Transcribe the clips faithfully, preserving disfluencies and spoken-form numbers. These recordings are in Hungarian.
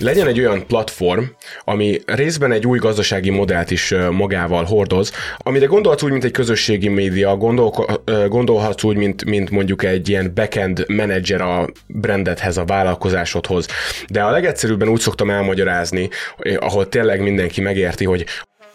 legyen egy olyan platform, ami részben egy új gazdasági modellt is magával hordoz, amire gondolhatsz úgy, mint egy közösségi média, gondol, gondolhatsz úgy, mint, mint mondjuk egy ilyen backend menedzser a brandedhez, a vállalkozásodhoz. De a legegyszerűbben úgy szoktam elmagyarázni, ahol tényleg mindenki megérti, hogy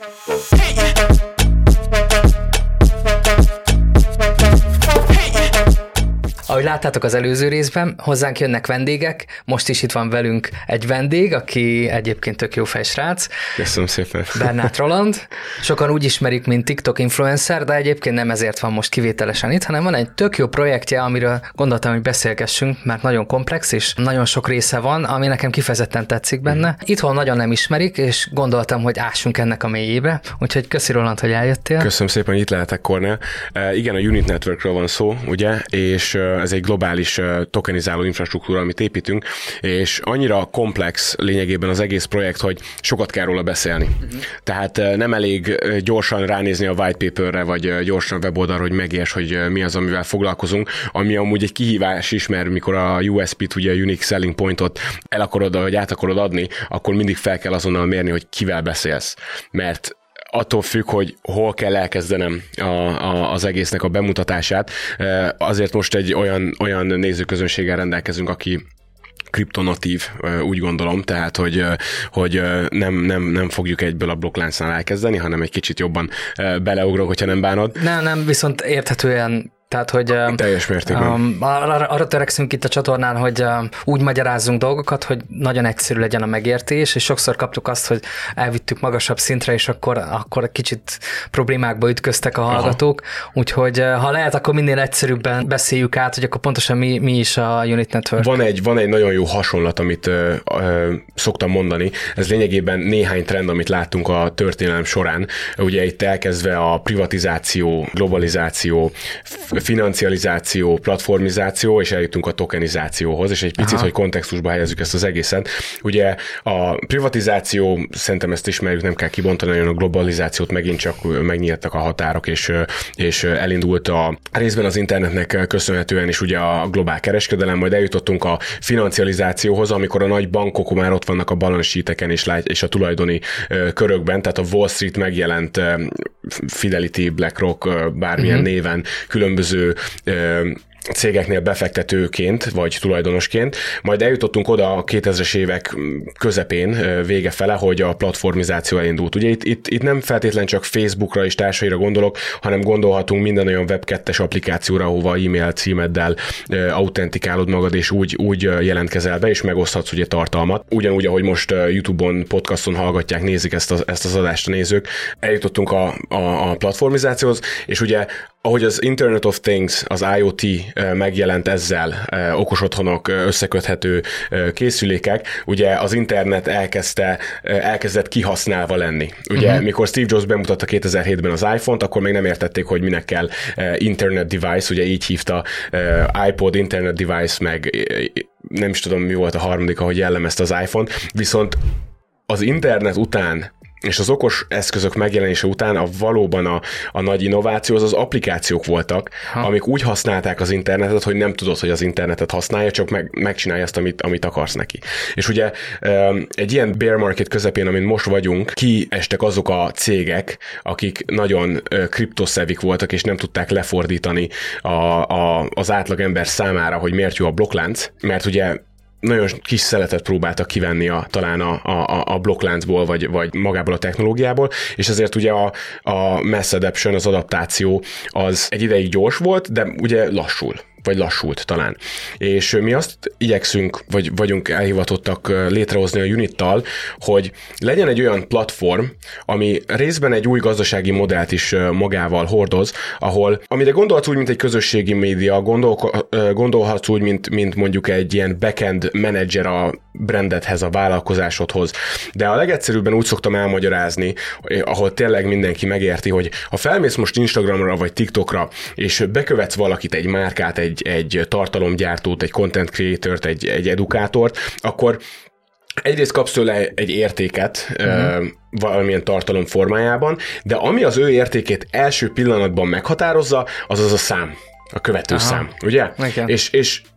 ahogy láttátok az előző részben, hozzánk jönnek vendégek, most is itt van velünk egy vendég, aki egyébként tök jó fejsrác. Köszönöm szépen. Bernát Roland. Sokan úgy ismerik, mint TikTok influencer, de egyébként nem ezért van most kivételesen itt, hanem van egy tök jó projektje, amiről gondoltam, hogy beszélgessünk, mert nagyon komplex és nagyon sok része van, ami nekem kifejezetten tetszik benne. Mm. Itthon nagyon nem ismerik, és gondoltam, hogy ássunk ennek a mélyébe, úgyhogy köszi Roland, hogy eljöttél. Köszönöm szépen, hogy itt lehetek, Kornél. E, igen, a Unit Networkről van szó, ugye, és ez egy globális tokenizáló infrastruktúra, amit építünk, és annyira komplex lényegében az egész projekt, hogy sokat kell róla beszélni. Uh-huh. Tehát nem elég gyorsan ránézni a white paperre, vagy gyorsan weboldalra, hogy megérts, hogy mi az, amivel foglalkozunk, ami amúgy egy kihívás is, mert mikor a u es pé-t, ugye a Unique Selling Pointot el akarod, vagy át akarod adni, akkor mindig fel kell azonnal mérni, hogy kivel beszélsz. Mert attól függ, hogy hol kell elkezdenem a, a, az egésznek a bemutatását. Azért most egy olyan, olyan nézőközönséggel rendelkezünk, aki kriptonatív, úgy gondolom, tehát, hogy, hogy nem, nem, nem fogjuk egyből a blokkláncnál elkezdeni, hanem egy kicsit jobban beleugrok, hogyha nem bánod. Nem, nem, viszont érthetően. Tehát, hogy teljes mértékben. Um, arra, arra törekszünk itt a csatornán, hogy um, úgy magyarázzunk dolgokat, hogy nagyon egyszerű legyen a megértés, és sokszor kaptuk azt, hogy elvittük magasabb szintre, és akkor, akkor kicsit problémákba ütköztek a hallgatók. Aha. Úgyhogy ha lehet, akkor minél egyszerűbben beszéljük át, hogy akkor pontosan mi, mi is a Unit Network. Van egy, van egy nagyon jó hasonlat, amit ö, ö, szoktam mondani. Ez lényegében néhány trend, amit láttunk a történelem során. Ugye itt elkezdve a privatizáció, globalizáció, financializáció, platformizáció, és eljutunk a tokenizációhoz, és egy picit, Aha. hogy kontextusba helyezzük ezt az egészet. Ugye a privatizáció, szerintem ezt ismerjük, nem kell kibontani, nagyon a globalizációt megint csak megnyíltak a határok, és, és elindult a részben az internetnek köszönhetően is ugye a globál kereskedelem, majd eljutottunk a financializációhoz, amikor a nagy bankok már ott vannak a balance sheeteken és, és a tulajdoni körökben, tehát a Wall Street megjelent Fidelity, BlackRock, bármilyen uh-huh. néven különböző cégeknél befektetőként, vagy tulajdonosként, majd eljutottunk oda a kétezres évek közepén, vége fele, hogy a platformizáció elindult. Ugye itt, itt, itt nem feltétlen csak Facebookra és társaira gondolok, hanem gondolhatunk minden olyan web kettes applikációra, ahova e-mail címeddel autentikálod magad, és úgy, úgy jelentkezel be, és megoszthatsz ugye tartalmat. Ugyanúgy, ahogy most YouTube-on, podcaston hallgatják, nézik ezt, a, ezt az adást a nézők, eljutottunk a, a, a platformizációhoz, és ugye ahogy az Internet of Things, az IoT megjelent ezzel, okos otthonok, összeköthető készülékek, ugye az internet elkezdte, elkezdett kihasználva lenni. Ugye, uh-huh. mikor Steve Jobs bemutatta kétezer-hétben az iPhone-t, akkor még nem értették, hogy minek kell internet device, ugye így hívta iPod, internet device, meg nem is tudom, mi volt a harmadik, ahogy jellemezte az iPhone, viszont az internet után és az okos eszközök megjelenése után a valóban a, a nagy innováció az az applikációk voltak, ha. amik úgy használták az internetet, hogy nem tudod, hogy az internetet használja, csak meg, megcsinálja azt, amit, amit akarsz neki. És ugye egy ilyen bear market közepén, amin most vagyunk, kiestek azok a cégek, akik nagyon kriptoszevik voltak, és nem tudták lefordítani a, a, az átlagember számára, hogy miért jó a blokklánc, mert ugye nagyon kis szeletet próbáltak kivenni a, talán a, a, a blokkláncból, vagy, vagy magából a technológiából, és ezért ugye a, a mass adoption, az adaptáció az egy ideig gyors volt, de ugye lassul. vagy lassult talán. És mi azt igyekszünk, vagy vagyunk elhivatottak létrehozni a Unittal, hogy legyen egy olyan platform, ami részben egy új gazdasági modellt is magával hordoz, ahol, amire gondolhatsz úgy, mint egy közösségi média, gondol, gondolhatsz úgy, mint, mint mondjuk egy ilyen backend menedzser a brandedhez, a vállalkozásodhoz. De a legegyszerűbben úgy szoktam elmagyarázni, ahol tényleg mindenki megérti, hogy ha felmész most Instagramra vagy TikTokra, és bekövetsz valakit, egy márkát, egy, egy tartalomgyártót, egy content creatort, egy, egy edukátort, akkor egyrészt kapsz tőle egy értéket, uh-huh. valamilyen tartalom formájában, de ami az ő értékét első pillanatban meghatározza, az az a szám, a követőszám, ugye? És, és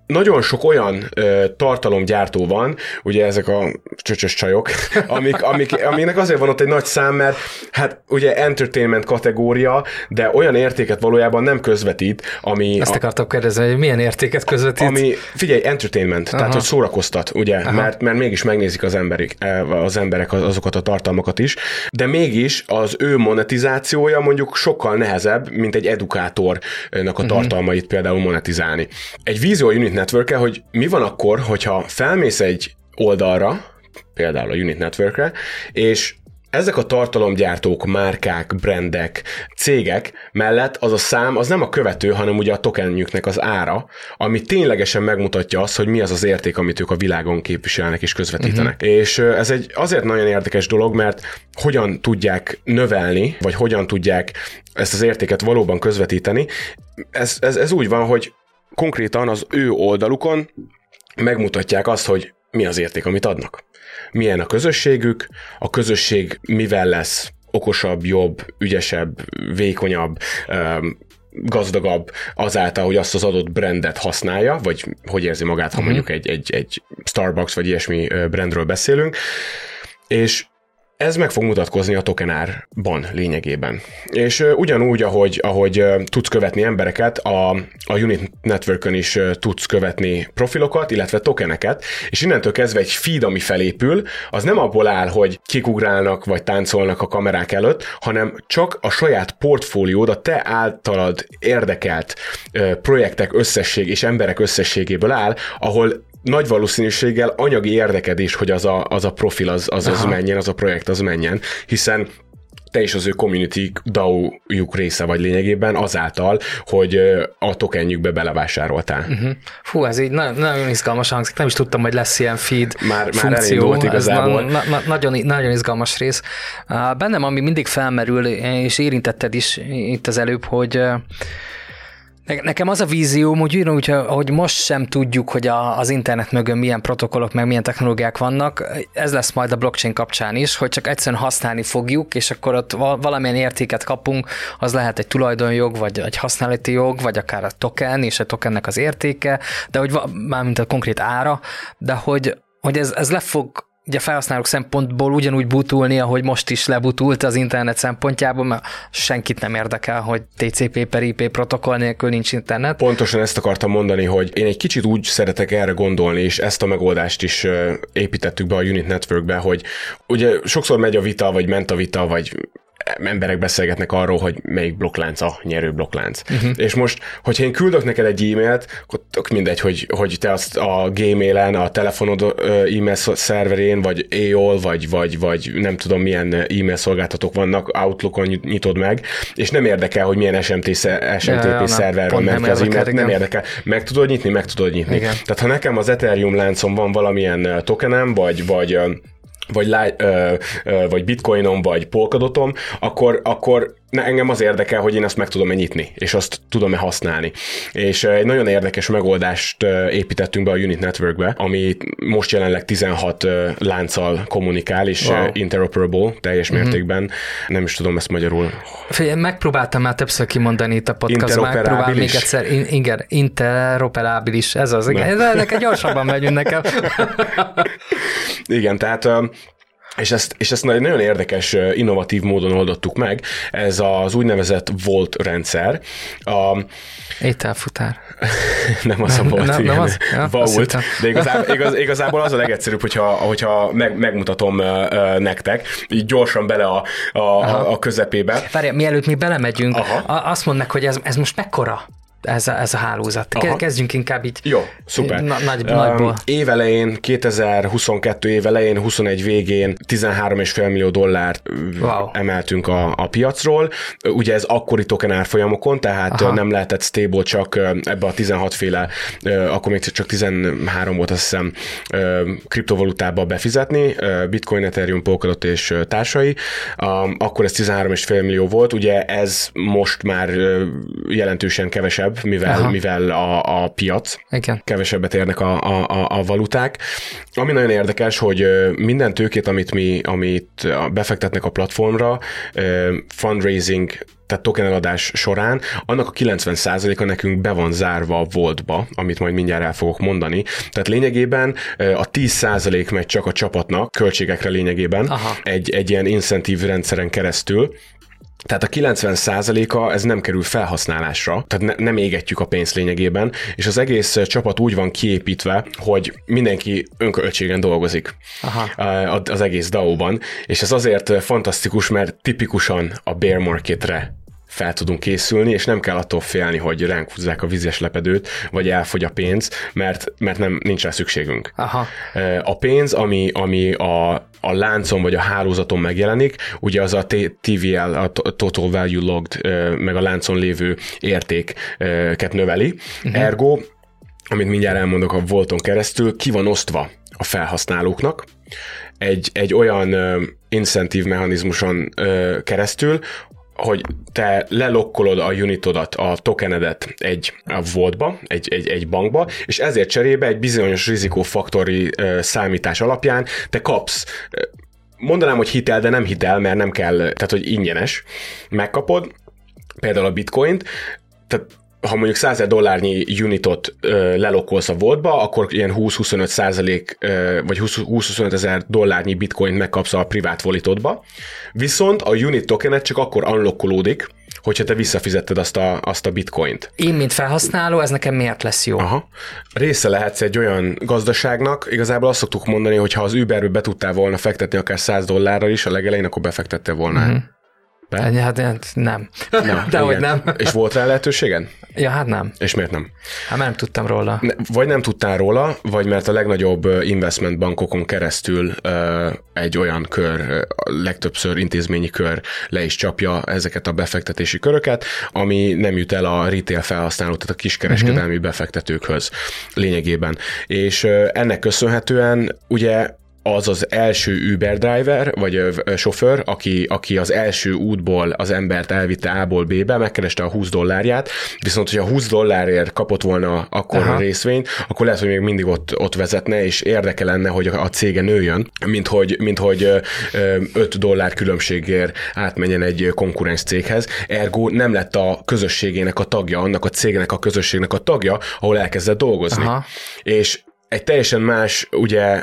nagyon sok olyan ö, tartalomgyártó van, ugye ezek a csöcsös csajok, amik, amik, aminek azért van ott egy nagy szám, mert hát ugye entertainment kategória, de olyan értéket valójában nem közvetít, ami... Ezt akartam kérdezni, hogy milyen értéket közvetít? Ami, figyelj, entertainment, aha. tehát hogy szórakoztat, ugye, mert, mert mégis megnézik az emberek, az emberek azokat a tartalmakat is, de mégis az ő monetizációja mondjuk sokkal nehezebb, mint egy edukátornak a tartalmait uh-huh. például monetizálni. Egy Visual Unit Network-e, hogy mi van akkor, hogyha felmész egy oldalra, például a Unit Network-re, és ezek a tartalomgyártók, márkák, brandek, cégek mellett az a szám, az nem a követő, hanem ugye a tokenjüknek az ára, ami ténylegesen megmutatja azt, hogy mi az az érték, amit ők a világon képviselnek és közvetítenek. Uh-huh. És ez egy azért nagyon érdekes dolog, mert hogyan tudják növelni, vagy hogyan tudják ezt az értéket valóban közvetíteni, ez, ez, ez úgy van, hogy konkrétan az ő oldalukon megmutatják azt, hogy mi az érték, amit adnak. Milyen a közösségük, a közösség mivel lesz okosabb, jobb, ügyesebb, vékonyabb, gazdagabb azáltal, hogy azt az adott brandet használja, vagy hogy érzi magát, ha uh-huh. mondjuk egy, egy, egy Starbucks vagy ilyesmi brandről beszélünk, és ez meg fog mutatkozni a tokenárban lényegében. És uh, ugyanúgy, ahogy, ahogy uh, tudsz követni embereket, a, a Unit Networkön is uh, tudsz követni profilokat, illetve tokeneket, és innentől kezdve egy feed, ami felépül, az nem abból áll, hogy kikugrálnak vagy táncolnak a kamerák előtt, hanem csak a saját portfóliód, a te általad érdekelt uh, projektek összesség és emberek összességéből áll, ahol nagy valószínűséggel anyagi érdekedés, hogy az a, az a profil, az, az, az menjen, az a projekt az menjen, hiszen te is az ő community dé á ó-juk része vagy lényegében azáltal, hogy a tokenjükbe belevásároltál. Uh-huh. Fú, ez így nagyon, nagyon izgalmas hangzik. Nem is tudtam, hogy lesz ilyen feed már, funkció. Már elindult igazából. Na, na, nagyon, nagyon izgalmas rész. Bennem, ami mindig felmerül, és érintetted is itt az előbb, hogy nekem az a vízióm, hogy ugyanúgy, hogy most sem tudjuk, hogy a, az internet mögön milyen protokollok, meg milyen technológiák vannak, ez lesz majd a blockchain kapcsán is, hogy csak egyszerűen használni fogjuk, és akkor ott valamilyen értéket kapunk, az lehet egy tulajdonjog, vagy egy használati jog, vagy akár a token, és a tokennek az értéke, de hogy mármint a konkrét ára, de hogy, hogy ez, ez le fog ugye felhasználók szempontból ugyanúgy butulni, ahogy most is lebutult az internet szempontjából, mert senkit nem érdekel, hogy té cé pé per i pé protokoll nélkül nincs internet. Pontosan ezt akartam mondani, hogy én egy kicsit úgy szeretek erre gondolni, és ezt a megoldást is építettük be a Unit Networkbe, hogy ugye sokszor megy a vita, vagy ment a vita, vagy emberek beszélgetnek arról, hogy melyik blokklánc a nyerő blokklánc. Uh-huh. És most, hogyha én küldök neked egy e-mailt, akkor tök mindegy, hogy, hogy te azt a Gmailen, a telefonod e-mail szerverén, vagy á o el, vagy, vagy, vagy nem tudom milyen e-mail szolgáltatók vannak, Outlookon nyitod meg, és nem érdekel, hogy milyen es em té, es em té pé ja, ja, szerverről ment ki az e-mail, nem érdekel. Meg tudod nyitni, meg tudod nyitni. Igen. Tehát ha nekem az Ethereum láncon van valamilyen tokenem, vagy, vagy vagy, ö, ö, vagy bitcoinom, vagy polkadotom, akkor, akkor engem az érdekel, hogy én azt meg tudom-e nyitni, és azt tudom-e használni. És egy nagyon érdekes megoldást építettünk be a Unit Networkbe, ami most jelenleg tizenhat lánccal kommunikál, és wow. interoperable teljes mértékben. Mm-hmm. Nem is tudom ezt magyarul. Figyelj, megpróbáltam már többször kimondani itt a podcast, megpróbálom még egyszer. In, igen, interoperábilis, ez az. Igen. Ez neked gyorsabban megyünk nekem. Igen, tehát És ezt, és ezt nagyon érdekes, innovatív módon oldottuk meg. Ez az úgynevezett Vault rendszer. A... Ételfutár. Nem az a Vault, nem, nem az? Ja, Vault. De igazából, igaz, igazából az a legegyszerűbb, hogyha, hogyha meg, megmutatom uh, nektek, így gyorsan bele a, a, a közepébe. Várjál, mielőtt mi belemegyünk, Aha. azt mondd meg, hogy ez, ez most mekkora? Ez a, ez a hálózat. Aha. Kezdjünk inkább így. Jó, szuper. Na, nagy, um, nagyból. Évelején, kétezer-huszonkettő évelején, huszonegy végén tizenhárom egész öt millió dollárt wow. emeltünk a, a piacról. Ugye ez akkori token árfolyamokon, tehát Aha. nem lehetett stable csak ebbe a tizenhat féle, akkor még csak tizenhárom volt azt hiszem kriptovalutába befizetni, Bitcoin, Ethereum, Polkadot és társai. Akkor ez tizenhárom egész öt millió volt, ugye ez most már jelentősen kevesebb, mivel, mivel a, a piac, Igen. kevesebbet érnek a, a, a valuták. Ami nagyon érdekes, hogy minden tőkét, amit mi amit befektetnek a platformra, fundraising tehát token eladás során, annak a kilencven százaléka nekünk be van zárva a Vaultba, amit majd mindjárt el fogok mondani. Tehát lényegében a tíz százalék megy csak a csapatnak, költségekre lényegében, egy, egy ilyen incentív rendszeren keresztül. Tehát a kilencven százaléka ez nem kerül felhasználásra, tehát ne, nem égetjük a pénzt lényegében, és az egész csapat úgy van kiépítve, hogy mindenki önköltségen dolgozik. Aha. az egész dé á ó-ban, és ez azért fantasztikus, mert tipikusan a bear marketre fel tudunk készülni, és nem kell attól félni, hogy ránk húzzák a vízes lepedőt, vagy elfogy a pénz, mert, mert nem, nincs rá szükségünk. Aha. A pénz, ami, ami a, a láncon vagy a hálózaton megjelenik, ugye az a té vé el, a Total Value Logged, meg a láncon lévő értéket növeli. Uh-huh. Ergo, amit mindjárt elmondok a Vaulton keresztül, ki van osztva a felhasználóknak egy, egy olyan incentív mechanizmuson keresztül, hogy te lelokkolod a unitodat, a tokenedet egy vaultba, egy, egy, egy bankba, és ezért cserébe egy bizonyos rizikófaktori uh, számítás alapján te kapsz, uh, mondanám, hogy hitel, de nem hitel, mert nem kell, tehát hogy ingyenes, megkapod például a bitcoint, tehát ha mondjuk százezer dollárnyi unitot ö, lelokkolsz a vaultba, akkor ilyen húsz-huszonöt százalék, ö, vagy húsz-huszonöt ezer dollárnyi bitcoint megkapsz a privát walletodba, viszont a unit tokenet csak akkor unlockolódik, hogyha te visszafizetted azt a, azt a bitcoint. Én, mint felhasználó, ez nekem miért lesz jó? Aha. Része lehetsz egy olyan gazdaságnak, igazából azt szoktuk mondani, hogy ha az Uberbe be tudtál volna fektetni akár száz dollárral is a legelején, akkor befektettél volna. Mm-hmm. Be? Hát nem. nem. De hogy nem. És volt rá lehetőségen? Ja, hát nem. És miért nem? Hát nem tudtam róla. Ne, vagy nem tudtál róla, vagy mert a legnagyobb investment bankokon keresztül uh, egy olyan kör, uh, legtöbbször intézményi kör le is csapja ezeket a befektetési köröket, ami nem jut el a retail felhasználó, tehát a kiskereskedelmi uh-huh. befektetőkhöz lényegében. És uh, ennek köszönhetően ugye az az első Uber driver, vagy sofőr, aki, aki az első útból az embert elvitte A-ból B-be, megkereste a húsz dollárját, viszont hogyha húsz dollárért kapott volna akkor a részvényt, akkor lehet, hogy még mindig ott, ott vezetne, és érdeke lenne, hogy a cége nőjön, mint hogy, mint hogy öt dollár különbségért átmenjen egy konkurens céghez. Ergo nem lett a közösségének a tagja, annak a cégnek a közösségnek a tagja, ahol elkezdett dolgozni. Aha. És egy teljesen más, ugye,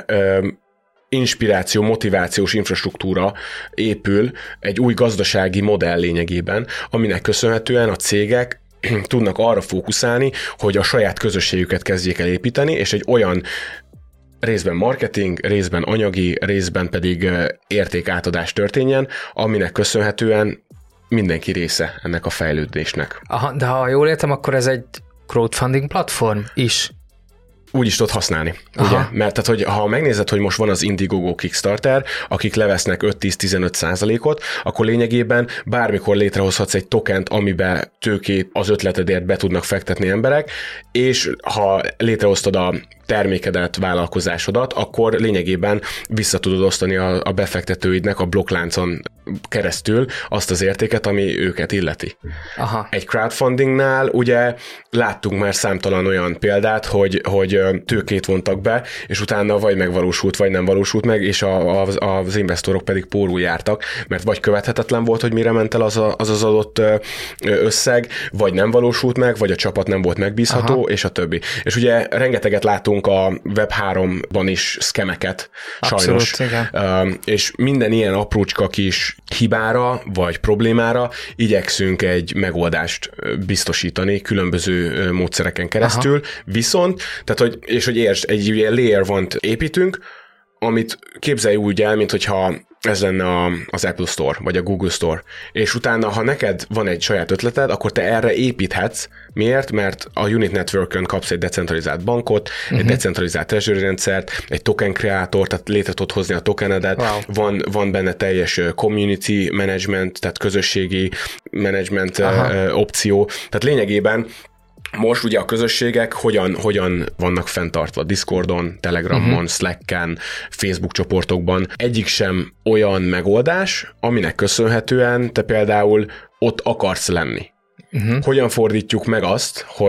inspiráció, motivációs infrastruktúra épül egy új gazdasági modell lényegében, aminek köszönhetően a cégek tudnak arra fókuszálni, hogy a saját közösségüket kezdjék el építeni, és egy olyan részben marketing, részben anyagi, részben pedig értékátadás történjen, aminek köszönhetően mindenki része ennek a fejlődésnek. Aha, de ha jól értem, akkor ez egy crowdfunding platform is. Úgy is tudod használni, ugye? Mert tehát, hogy ha megnézed, hogy most van az Indiegogo Kickstarter, akik levesznek öt-tíz-tizenöt százalékot, akkor lényegében bármikor létrehozhatsz egy tokent, amiben tőkét az ötletedért be tudnak fektetni emberek, és ha létrehoztad a termékedet, vállalkozásodat, akkor lényegében vissza tudod osztani a, a befektetőidnek a blokkláncon keresztül azt az értéket, ami őket illeti. Aha. Egy crowdfundingnál ugye láttunk már számtalan olyan példát, hogy, hogy tőkét vontak be, és utána vagy megvalósult, vagy nem valósult meg, és a, az, az investorok pedig pórul jártak, mert vagy követhetetlen volt, hogy mire ment el az a, az, az adott összeg, vagy nem valósult meg, vagy a csapat nem volt megbízható, aha. és a többi. És ugye rengeteget látunk a web háromban is szkemeket, abszolút, sajnos. Igen. És minden ilyen aprócska kis hibára vagy problémára igyekszünk egy megoldást biztosítani különböző módszereken keresztül. Aha. Viszont, tehát hogy, és hogy értsd, egy ilyen layer one-t építünk, amit képzelj úgy el, mint hogyha ez lenne a, az Apple Store, vagy a Google Store. És utána, ha neked van egy saját ötleted, akkor te erre építhetsz. Miért? Mert a Unit Network-ön kapsz egy decentralizált bankot, uh-huh. egy decentralizált treasury rendszert, egy token kreátor, tehát létre tudod hozni a tokenedet, wow. van, van benne teljes community management, tehát közösségi management uh, opció. Tehát lényegében most ugye a közösségek hogyan, hogyan vannak fenntartva Discordon, Telegramon, uh-huh. Slacken, Facebook csoportokban. Egyik sem olyan megoldás, aminek köszönhetően te például ott akarsz lenni. Uh-huh. Hogyan fordítjuk meg azt, hogy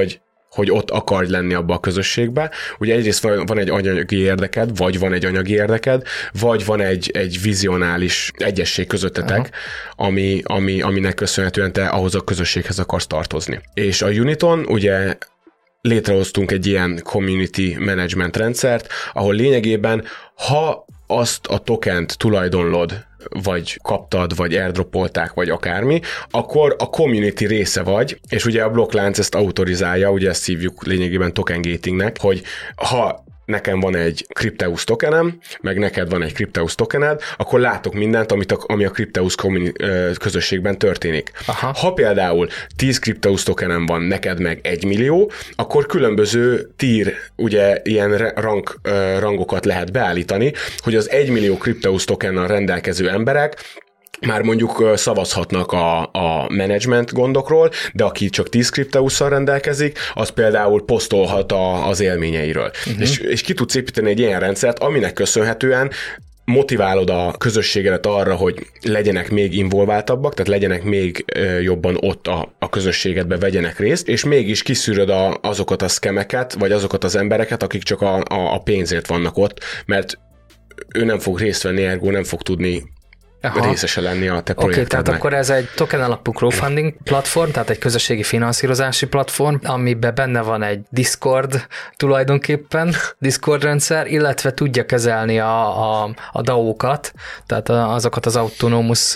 hogy ott akarj lenni abba a közösségbe. Ugye egyrészt van egy anyagi érdeked, vagy van egy anyagi érdeked, vagy van egy, egy vizionális egyesség közöttetek, ami, ami, aminek köszönhetően te ahhoz a közösséghez akarsz tartozni. És a Uniton ugye létrehoztunk egy ilyen community management rendszert, ahol lényegében, ha azt a tokent tulajdonlod, vagy kaptad, vagy airdropolták, vagy akármi, akkor a community része vagy, és ugye a blokklánc ezt autorizálja, ugye ezt hívjuk lényegében token gatingnek, hogy ha nekem van egy Crypteus tokenem, meg neked van egy Crypteus tokened, akkor látok mindent, amit a, ami a Crypteus közösségben történik. Aha. Ha például tíz Crypteus tokenem van, neked meg egy millió, akkor különböző tier, ugye ilyen rang, rangokat lehet beállítani, hogy az egy millió Crypteus tokennel rendelkező emberek már mondjuk szavazhatnak a, a management gondokról, de aki csak tíz Crypteusszal rendelkezik, az például posztolhat a, az élményeiről. Uh-huh. És, és ki tudsz építeni egy ilyen rendszert, aminek köszönhetően motiválod a közösségedet arra, hogy legyenek még involváltabbak, tehát legyenek még jobban ott a, a közösségedbe, vegyenek részt, és mégis kiszűröd a, azokat a szkemeket, vagy azokat az embereket, akik csak a, a, a pénzért vannak ott, mert ő nem fog részt venni, ergo nem fog tudni Aha. részese lenni a te projektednek. Oké, tehát akkor ez egy token alapú crowdfunding platform, tehát egy közösségi finanszírozási platform, amiben benne van egy Discord tulajdonképpen, Discord rendszer, illetve tudja kezelni a, a, a dé á ó-kat, tehát azokat az autonómus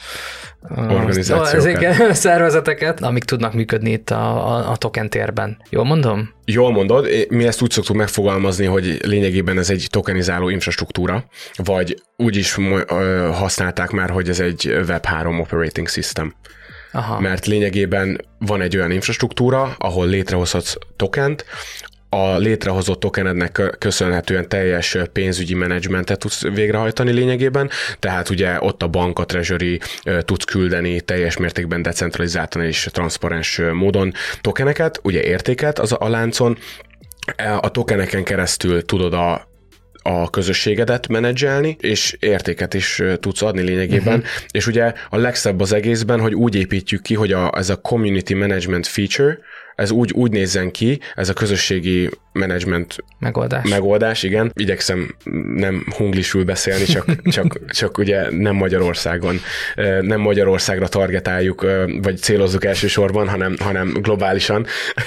organizációkat. szervezeteket, amik tudnak működni itt a, a, a token térben. Jól mondom? Jól mondod, mi ezt úgy szoktuk megfogalmazni, hogy lényegében ez egy tokenizáló infrastruktúra, vagy úgy is használták már, hogy ez egy web három operating system. Aha. Mert lényegében van egy olyan infrastruktúra, ahol létrehozhatsz tokent, a létrehozott tokenednek köszönhetően teljes pénzügyi menedzsmentet tudsz végrehajtani lényegében, tehát ugye ott a bank, a treasury tudsz küldeni teljes mértékben decentralizáltan és transzparens módon tokeneket, ugye értéket az a láncon, a tokeneken keresztül tudod a a közösségedet menedzselni, és értéket is tudsz adni lényegében, uh-huh. és ugye a legszebb az egészben, hogy úgy építjük ki, hogy a, ez a community management feature, ez úgy, úgy nézzen ki, ez a közösségi management megoldás. megoldás, igen. Igyekszem nem hunglisül beszélni, csak, csak, csak ugye nem Magyarországon, nem Magyarországra targetáljuk, vagy célozzuk elsősorban, hanem, hanem globálisan.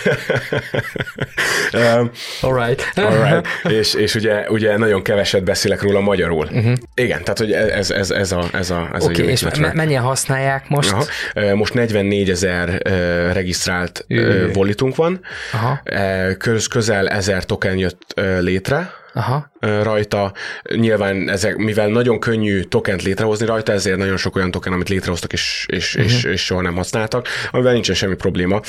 All right. All right. És, és ugye, ugye nagyon keveset beszélek róla magyarul. Uh-huh. Igen, tehát hogy ez, ez, ez a ez a ez okay, a és me- mennyien használják most? Aha. Most negyvennégyezer regisztrált Jö. volitunk van. Aha. Köz, közel ezer token jött létre. Aha. rajta. Nyilván ezek, mivel nagyon könnyű tokent létrehozni rajta, ezért nagyon sok olyan token, amit létrehoztak és, és, uh-huh. és, és soha nem használtak, amivel nincsen semmi probléma,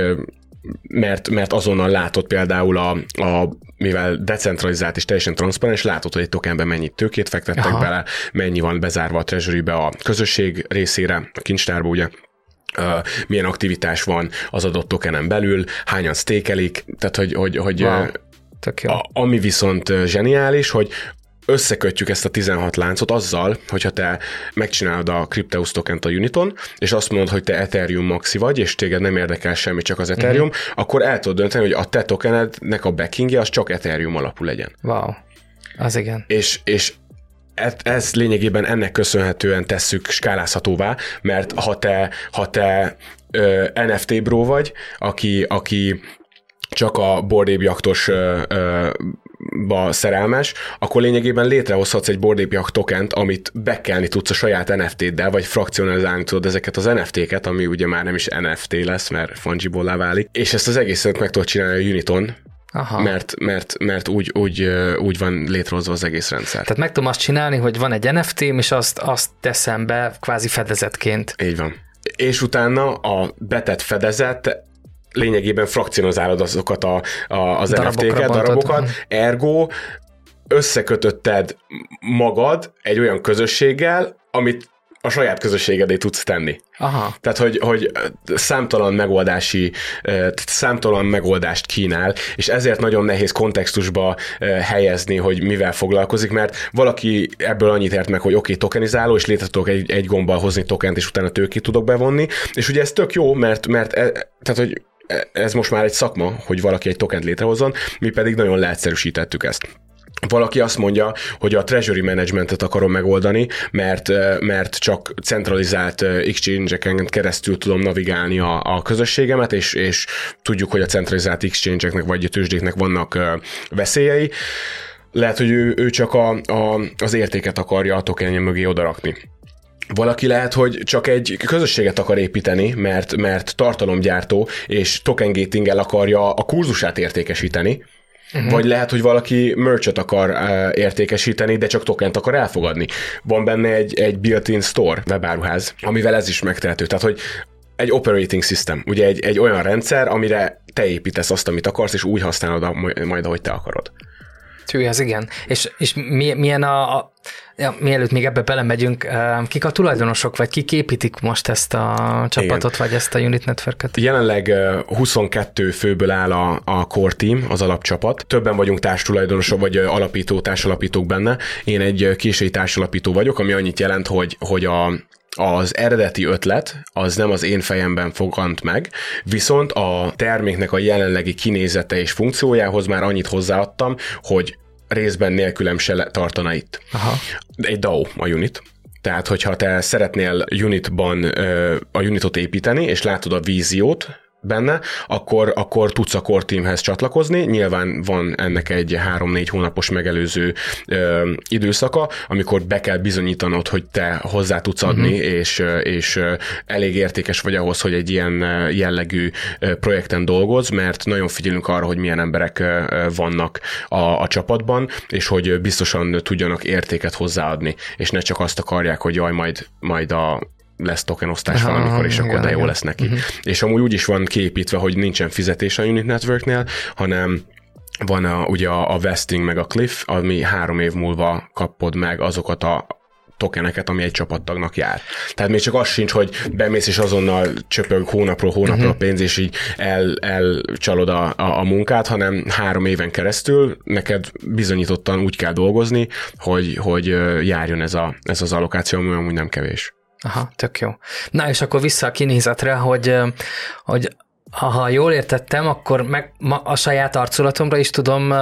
mert, mert azonnal látod például a, a mivel decentralizált és teljesen transzparens, látod, hogy egy tokenben mennyit tőkét fektettek Aha. bele, mennyi van bezárva a treasurybe a közösség részére, a kincstárba ugye, Uh, milyen aktivitás van az adott tokenen belül, hányan stékelik, tehát hogy, hogy, hogy wow. uh, a, ami viszont uh, zseniális, hogy összekötjük ezt a tizenhat láncot azzal, hogyha te megcsinálod a Crypteus tokent a Uniton, és azt mondod, hogy te Ethereum maxi vagy, és téged nem érdekel semmi, csak az Ethereum, uh-huh. akkor el tudod dönteni, hogy a te tokenednek a backingje az csak Ethereum alapú legyen. Wow, az igen. És, és ez lényegében ennek köszönhetően tesszük skálázhatóvá, mert ha te, ha te ö, en ef té bro vagy, aki, aki csak a Bored Ape Yacht-os ö, ö, ba szerelmes, akkor lényegében létrehozhatsz egy Bored Ape Yacht tokent, amit bekelni tudsz a saját en ef té-ddel, vagy frakcionalizálni tudod ezeket az en ef té-ket, ami ugye már nem is en ef té lesz, mert fungible-lá válik, és ezt az egészet meg tudod csinálni a Uniton, Aha. mert, mert, mert úgy, úgy, úgy van létrehozva az egész rendszer. Tehát meg tudom azt csinálni, hogy van egy en ef té-m, és azt, azt teszem be kvázi fedezetként. Így van. És utána a betett fedezet lényegében frakcionalizálod azokat a, a, az en ef té-ket, darabokat, ergo összekötötted magad egy olyan közösséggel, amit a saját közösségedé tudsz tenni. Aha. Tehát, hogy, hogy számtalan megoldási, számtalan megoldást kínál, és ezért nagyon nehéz kontextusba helyezni, hogy mivel foglalkozik, mert valaki ebből annyit ért meg, hogy oké, okay, tokenizáló, és létre tudok egy, egy gombbal hozni tokent, és utána tőkét tudok bevonni, és ugye ez tök jó, mert, mert e, tehát, hogy ez most már egy szakma, hogy valaki egy tokent létrehozzon, mi pedig nagyon leegyszerűsítettük ezt. Valaki azt mondja, hogy a treasury managementet akarom megoldani, mert, mert csak centralizált exchange-eken keresztül tudom navigálni a, a közösségemet, és, és tudjuk, hogy a centralizált exchange-eknek vagy a tőzsdéknek vannak veszélyei. Lehet, hogy ő, ő csak a, a, az értéket akarja a tokenje mögé odarakni. Valaki lehet, hogy csak egy közösséget akar építeni, mert, mert tartalomgyártó, és token gatinggel akarja a kurzusát értékesíteni, uh-huh. Vagy lehet, hogy valaki merch-et akar uh, értékesíteni, de csak tokent akar elfogadni. Van benne egy, egy built-in store, webáruház, amivel ez is megtehető. Tehát, hogy egy operating system, ugye egy, egy olyan rendszer, amire te építesz azt, amit akarsz, és úgy használod majd, ahogy te akarod. Tű, ez igen. És, és milyen a, a ja, mielőtt még ebbe belemegyünk, kik a tulajdonosok, vagy kik építik most ezt a csapatot, igen. Vagy ezt a Unit Network-et? Jelenleg huszonkettő főből áll a, a core team, az alapcsapat. Többen vagyunk társtulajdonosok, vagy alapító, társalapítók benne. Én egy késői társalapító vagyok, ami annyit jelent, hogy, hogy a az eredeti ötlet az nem az én fejemben fogant meg, viszont a terméknek a jelenlegi kinézete és funkciójához már annyit hozzáadtam, hogy részben nélkülem se tartana itt. Aha. Egy dé á o a Unit. Tehát, hogyha te szeretnél Unitban a Unitot építeni, és látod a víziót benne, akkor, akkor tudsz a core teamhez csatlakozni. Nyilván van ennek egy három-négy hónapos megelőző ö, időszaka, amikor be kell bizonyítanod, hogy te hozzá tudsz adni, uh-huh. és, és elég értékes vagy ahhoz, hogy egy ilyen jellegű projekten dolgozz, mert nagyon figyelünk arra, hogy milyen emberek vannak a, a csapatban, és hogy biztosan tudjanak értéket hozzáadni, és ne csak azt akarják, hogy jaj, majd, majd a lesz tokenosztás Aha, valamikor, és igen, akkor de jó igen. lesz neki. Uh-huh. És amúgy úgy is van kiépítve, hogy nincsen fizetés a Unit Networknél, hanem van a, ugye a vesting meg a cliff, ami három év múlva kapod meg azokat a tokeneket, ami egy csapattagnak jár. Tehát még csak az sincs, hogy bemész és azonnal csöpög hónapról hónapra uh-huh. a pénz, és így el, elcsalod a, a, a munkát, hanem három éven keresztül neked bizonyítottan úgy kell dolgozni, hogy, hogy járjon ez, a, ez az allokáció, ami amúgy nem kevés. Aha, tök jó. Na és akkor vissza a kinézetre, hogy, hogy ha jól értettem, akkor meg a saját arculatomra is tudom uh,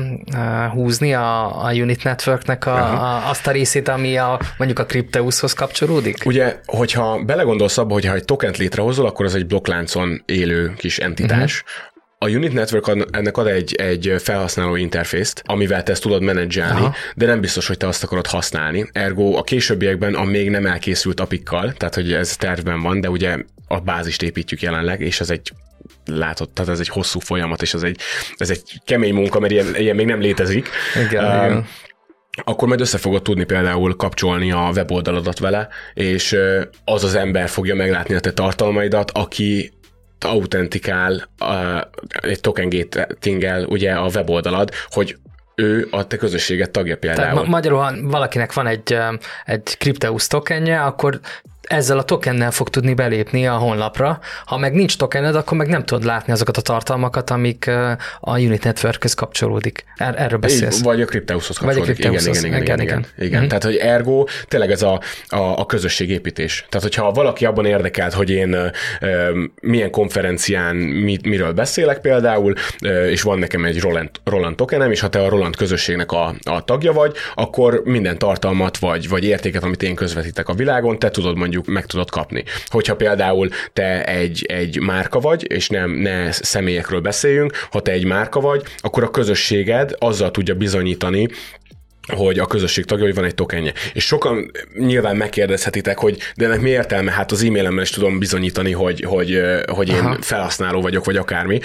uh, húzni a, a Unit Networknek a, a, azt a részét, ami a, mondjuk a Crypteushoz kapcsolódik? Ugye, hogyha belegondolsz abba, hogyha egy tokent létrehozol, akkor az egy blokkláncon élő kis entitás. Uh-huh. A Unit Network ennek ad egy, egy felhasználó interfészt, amivel te ezt tudod menedzselni, aha. de nem biztos, hogy te azt akarod használni. Ergo a későbbiekben a még nem elkészült apikkal, tehát hogy ez tervben van, de ugye a bázist építjük jelenleg, és ez egy látod, tehát ez egy hosszú folyamat, és ez egy, ez egy kemény munka, mert ilyen, ilyen még nem létezik. Igen, um, igen. Akkor majd össze fogod tudni például kapcsolni a weboldaladat vele, és az az ember fogja meglátni a te tartalmaidat, aki autentikál uh, egy token gatinggel ugye a weboldalad, hogy ő a te közösséget tagja például. Tehát ma- magyarul, ha valakinek van egy, egy Crypteus tokenje, akkor ezzel a tokennel fog tudni belépni a honlapra. Ha meg nincs tokened, akkor meg nem tudod látni azokat a tartalmakat, amik a Unit Networkhöz kapcsolódik. Er- erről beszélsz. Vagy a Crypteushoz kapcsolódik. Vagy a Crypteushoz. Igen, igen, igen. igen, igen, igen. igen. Tehát, hogy ergo tényleg ez a, a, a közösségépítés. Tehát, hogyha valaki abban érdekelt, hogy én e, milyen konferencián mit, miről beszélek például, e, és van nekem egy Roland, Roland tokenem, és ha te a Roland közösségnek a, a tagja vagy, akkor minden tartalmat vagy, vagy értéket, amit én közvetítek a világon, te tudod mondjuk meg tudod kapni. Hogyha például te egy, egy márka vagy, és nem ne személyekről beszéljünk, ha te egy márka vagy, akkor a közösséged azzal tudja bizonyítani, hogy a közösség tagja, hogy van egy tokenje. És sokan nyilván megkérdezhetitek, hogy de ennek mi értelme? Hát az e-mailemmel is tudom bizonyítani, hogy, hogy, hogy én Aha. felhasználó vagyok, vagy akármi.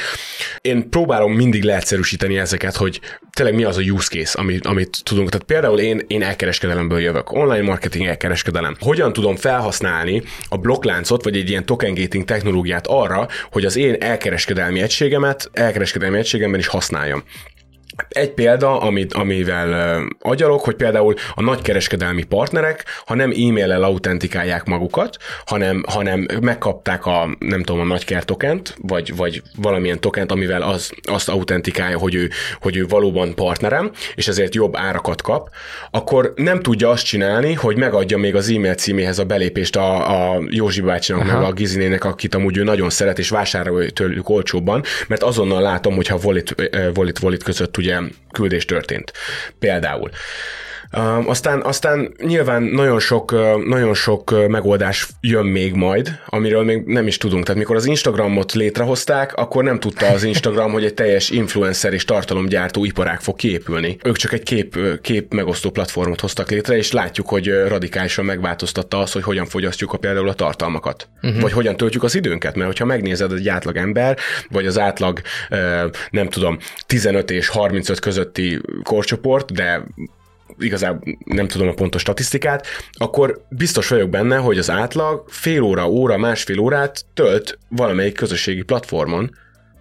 Én próbálom mindig leegyszerűsíteni ezeket, hogy tényleg mi az a use case, amit, amit tudunk. Tehát például én, én elkereskedelemből jövök. Online marketing elkereskedelem. Hogyan tudom felhasználni a blokkláncot, vagy egy ilyen token gating technológiát arra, hogy az én elkereskedelmi egységemet, elkereskedelmi egységemben is használjam. Egy példa, amit, amivel agyalok, hogy például a nagykereskedelmi partnerek, ha nem e-maillel autentikálják magukat, hanem, hanem megkapták a, nem tudom, a nagyker tokent, vagy, vagy valamilyen tokent, amivel az, azt autentikálja, hogy ő, hogy ő valóban partnerem, és ezért jobb árakat kap, akkor nem tudja azt csinálni, hogy megadja még az e-mail címéhez a belépést a, a Józsi bácsinak, Aha. meg a Gizinének, akit amúgy ő nagyon szeret, és vásárolja tőlük olcsóbban, mert azonnal látom, hogyha wallet, wallet, wallet között ugye küldés történt. Például. Uh, aztán, aztán nyilván nagyon sok, uh, nagyon sok uh, megoldás jön még majd, amiről még nem is tudunk. Tehát mikor az Instagramot létrehozták, akkor nem tudta az Instagram, hogy egy teljes influencer és tartalomgyártó iparág fog kiépülni. Ők csak egy kép, kép megosztó platformot hoztak létre, és látjuk, hogy radikálisan megváltoztatta azt, hogy hogyan fogyasztjuk a, például a tartalmakat. Uh-huh. Vagy hogyan töltjük az időnket, mert hogyha megnézed egy átlag ember, vagy az átlag, uh, nem tudom, tizenöt és harmincöt közötti korcsoport, de igazából nem tudom a pontos statisztikát, akkor biztos vagyok benne, hogy az átlag fél óra, óra, másfél órát tölt valamelyik közösségi platformon,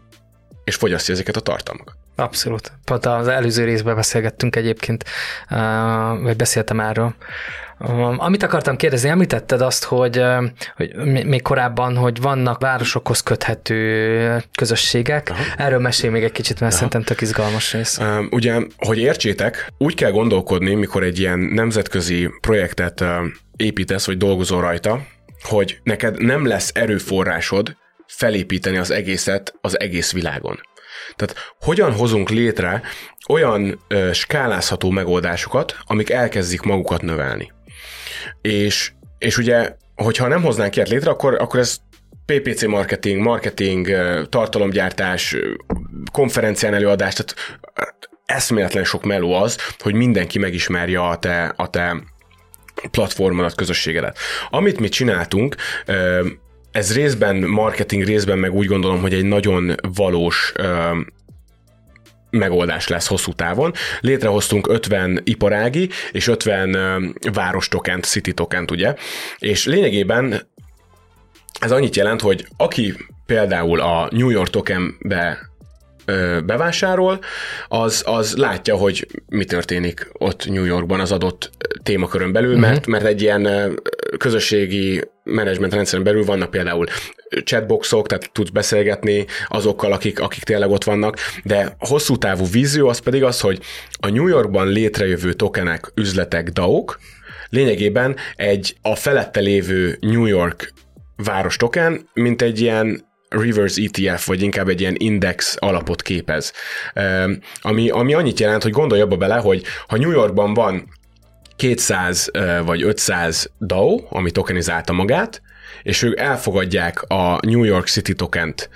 és fogyasztja ezeket a tartalmakat. Abszolút. Pont az előző részben beszélgettünk egyébként, vagy beszéltem erről. Amit akartam kérdezni, említetted azt, hogy, hogy még korábban, hogy vannak városokhoz köthető közösségek. Aha. Erről mesélj még egy kicsit, mert Aha. szerintem tök izgalmas rész. Um, ugye, hogy értsétek, úgy kell gondolkodni, mikor egy ilyen nemzetközi projektet uh, építesz, vagy dolgozol rajta, hogy neked nem lesz erőforrásod felépíteni az egészet az egész világon. Tehát hogyan hozunk létre olyan uh, skálázható megoldásokat, amik elkezdik magukat növelni. És, és ugye, hogyha nem hoznánk ilyet létre, akkor, akkor ez pé pé cé marketing, marketing, tartalomgyártás, konferencián előadás, tehát eszméletlen sok meló az, hogy mindenki megismerje a te, a te platformodat, közösségedet. Amit mi csináltunk, ez részben marketing, részben meg úgy gondolom, hogy egy nagyon valós megoldás lesz hosszú távon. Létrehoztunk ötven iparági és ötven uh, város tokent, city tokent, ugye? És lényegében ez annyit jelent, hogy aki például a New York tokenbe uh, bevásárol, az, az látja, hogy mi történik ott New Yorkban az adott témakörön belül, uh-huh. mert, mert egy ilyen uh, közösségi menedzsment rendszeren belül vannak például chatboxok, tehát tudsz beszélgetni azokkal, akik, akik tényleg ott vannak, de hosszú távú vízió az pedig az, hogy a New Yorkban létrejövő tokenek, üzletek, dé á ó-k lényegében egy a felette lévő New York város token, mint egy ilyen reverse é té ef, vagy inkább egy ilyen index alapot képez. Ami, ami annyit jelent, hogy gondolj abba bele, hogy ha New Yorkban van kétszáz vagy ötszáz dé á ó, ami tokenizálta magát, és ők elfogadják a New York City tokent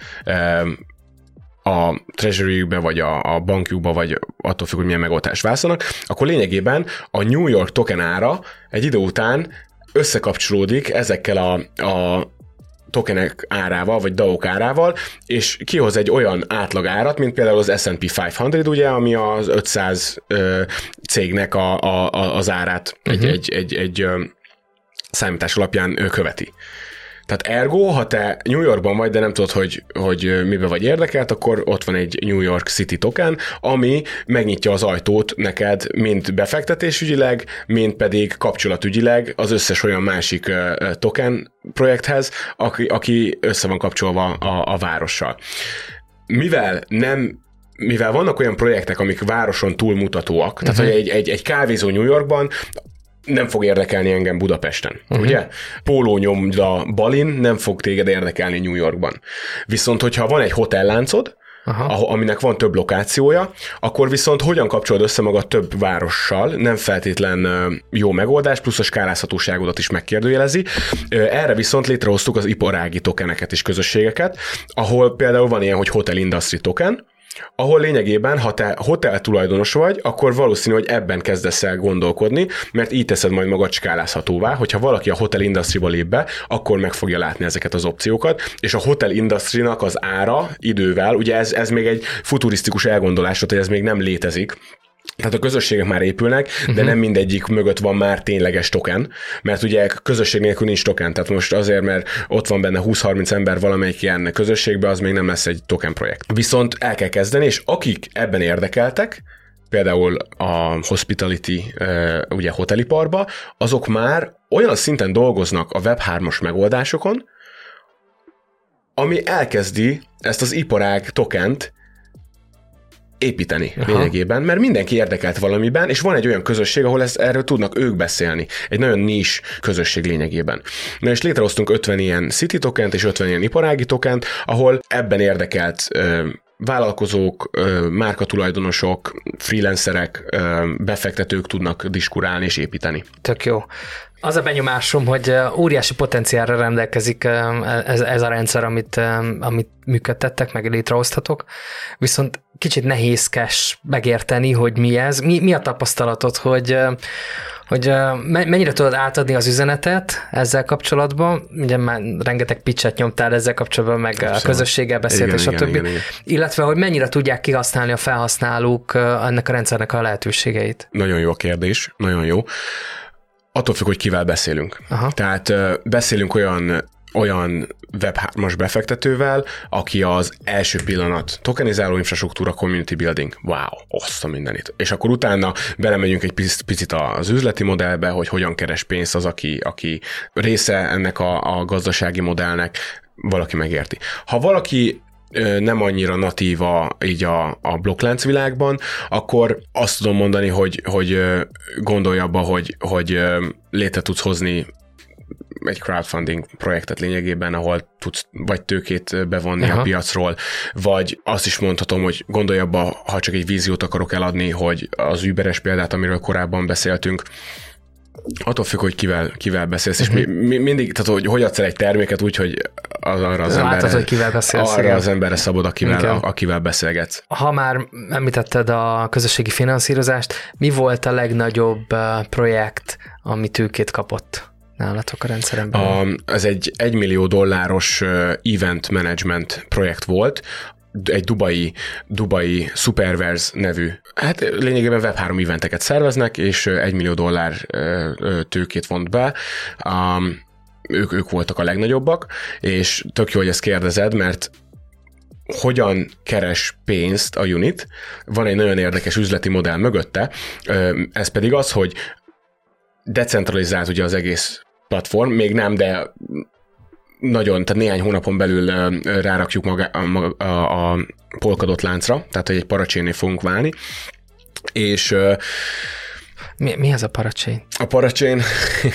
a treasury-be, vagy a, a bankjukba, vagy attól függ, hogy milyen megoldást választanak, akkor lényegében a New York token ára egy idő után összekapcsolódik ezekkel a, a tokenek árával, vagy dé á ó-k árával, és kihoz egy olyan átlag árat, mint például az es and pé ötszáz, ugye, ami az ötszáz ö, cégnek a, a, az árát uh-huh. egy, egy, egy, egy ö, számítás alapján ö, követi. Tehát ergo, ha te New Yorkban vagy, de nem tudod, hogy, hogy mibe vagy érdekelt, akkor ott van egy New York City token, ami megnyitja az ajtót neked mind befektetésügyileg, mind pedig kapcsolatügyileg az összes olyan másik uh, token projekthez, aki, aki össze van kapcsolva a, a várossal. Mivel nem mivel vannak olyan projektek, amik városon túlmutatóak, uh-huh. tehát hogy egy, egy, egy kávézó New Yorkban nem fog érdekelni engem Budapesten, uh-huh. ugye? Pólónyomda Balin nem fog téged érdekelni New Yorkban. Viszont, hogyha van egy hotelláncod, Aha. aminek van több lokációja, akkor viszont hogyan kapcsolod össze magad több várossal, nem feltétlen jó megoldás, plusz a skálázhatóságodat is megkérdőjelezi. Erre viszont létrehoztuk az iparági tokeneket és közösségeket, ahol például van ilyen, hogy Hotel Industry Token, ahol lényegében, ha te hotel tulajdonos vagy, akkor valószínű, hogy ebben kezdesz el gondolkodni, mert így teszed majd magad skálázhatóvá, hogyha valaki a hotel industry-ba lép be, akkor meg fogja látni ezeket az opciókat, és a hotel industry-nak az ára idővel, ugye ez, ez még egy futurisztikus elgondolás, hogy ez még nem létezik, tehát a közösségek már épülnek, de uh-huh. nem mindegyik mögött van már tényleges token, mert ugye közösség nélkül nincs token, tehát most azért, mert ott van benne húsz-harminc ember valamelyik ilyen közösségben, az még nem lesz egy token projekt. Viszont el kell kezdeni, és akik ebben érdekeltek, például a hospitality, ugye hoteliparba, azok már olyan szinten dolgoznak a web hármas megoldásokon, ami elkezdi ezt az iparág tokent építeni Aha. lényegében, mert mindenki érdekelt valamiben, és van egy olyan közösség, ahol ezt, erről tudnak ők beszélni. Egy nagyon nis közösség lényegében. Na és létrehoztunk ötven ilyen city tokent és ötven ilyen iparági tokent, ahol ebben érdekelt ö, vállalkozók, ö, márkatulajdonosok, freelancerek, ö, befektetők tudnak diskurálni és építeni. Tök jó. Az a benyomásom, hogy óriási potenciálra rendelkezik ez, ez a rendszer, amit, amit működtettek, meg létrehoztatok, viszont kicsit nehézkes megérteni, hogy mi ez. Mi, mi a tapasztalatod, hogy, hogy mennyire tudod átadni az üzenetet ezzel kapcsolatban? Ugye már rengeteg pitchet nyomtál ezzel kapcsolatban, meg Abszolút. A közösséggel beszélt, és a többi. Igen, igen. Illetve, hogy mennyire tudják kihasználni a felhasználók ennek a rendszernek a lehetőségeit? Nagyon jó a kérdés, nagyon jó. Attól függ, hogy kivel beszélünk. Aha. Tehát uh, beszélünk olyan, olyan web hármas befektetővel, aki az első pillanat tokenizáló infrastruktúra, community building. Wow, azt a mindenit. És akkor utána belemegyünk egy picit az üzleti modellbe, hogy hogyan keres pénzt az, aki, aki része ennek a, a gazdasági modellnek, valaki megérti. Ha valaki nem annyira natíva így a, a blokklánc világban, akkor azt tudom mondani, hogy, hogy gondolj abba, hogy, hogy létre tudsz hozni egy crowdfunding projektet lényegében, ahol tudsz vagy tőkét bevonni Aha. a piacról, vagy azt is mondhatom, hogy gondolj abba, ha csak egy víziót akarok eladni, hogy az Uberes példát, amiről korábban beszéltünk, attól függ, hogy kivel, kivel beszélsz, uh-huh. és mi, mi, mindig, tehát hogy, hogy adsz el egy terméket úgy, hogy az, arra az Látod, emberre, hogy kivel beszélsz, arra igen. az emberre szabad, akivel, a, akivel beszélgetsz. Ha már említetted a közösségi finanszírozást, mi volt a legnagyobb projekt, ami tőkét kapott nálatok a rendszerben? A, ez egy egymillió dolláros event management projekt volt, egy dubai, dubai Superverse nevű, hát lényegében web három eventeket szerveznek, és egy millió dollár tőkét vont be. Um, ők, ők voltak a legnagyobbak, és tök jó, hogy ezt kérdezed, mert hogyan keres pénzt a Unit? Van egy nagyon érdekes üzleti modell mögötte, ez pedig az, hogy decentralizált ugye az egész platform, még nem, de nagyon, tehát néhány hónapon belül rárakjuk maga, a, a, a Polkadot láncra, tehát hogy egy paracsénné fogunk válni, és mi, mi ez a parachain? A parachain...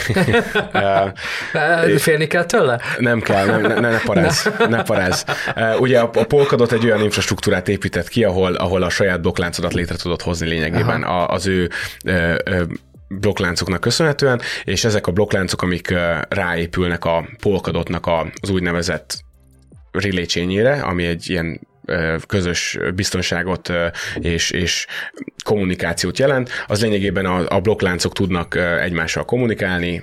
Félni kell tőle? Nem kell, nem, ne, ne paráz, ne paráz. Ugye a, a Polkadot egy olyan infrastruktúrát épített ki, ahol, ahol a saját blokkláncodat létre tudod hozni lényegében a, az ő ö, ö, blokkláncoknak köszönhetően, és ezek a blokkláncok, amik ráépülnek a Polkadotnak az úgynevezett relay chainjére, ami egy ilyen közös biztonságot és, és kommunikációt jelent, az lényegében a, a blokkláncok tudnak egymással kommunikálni.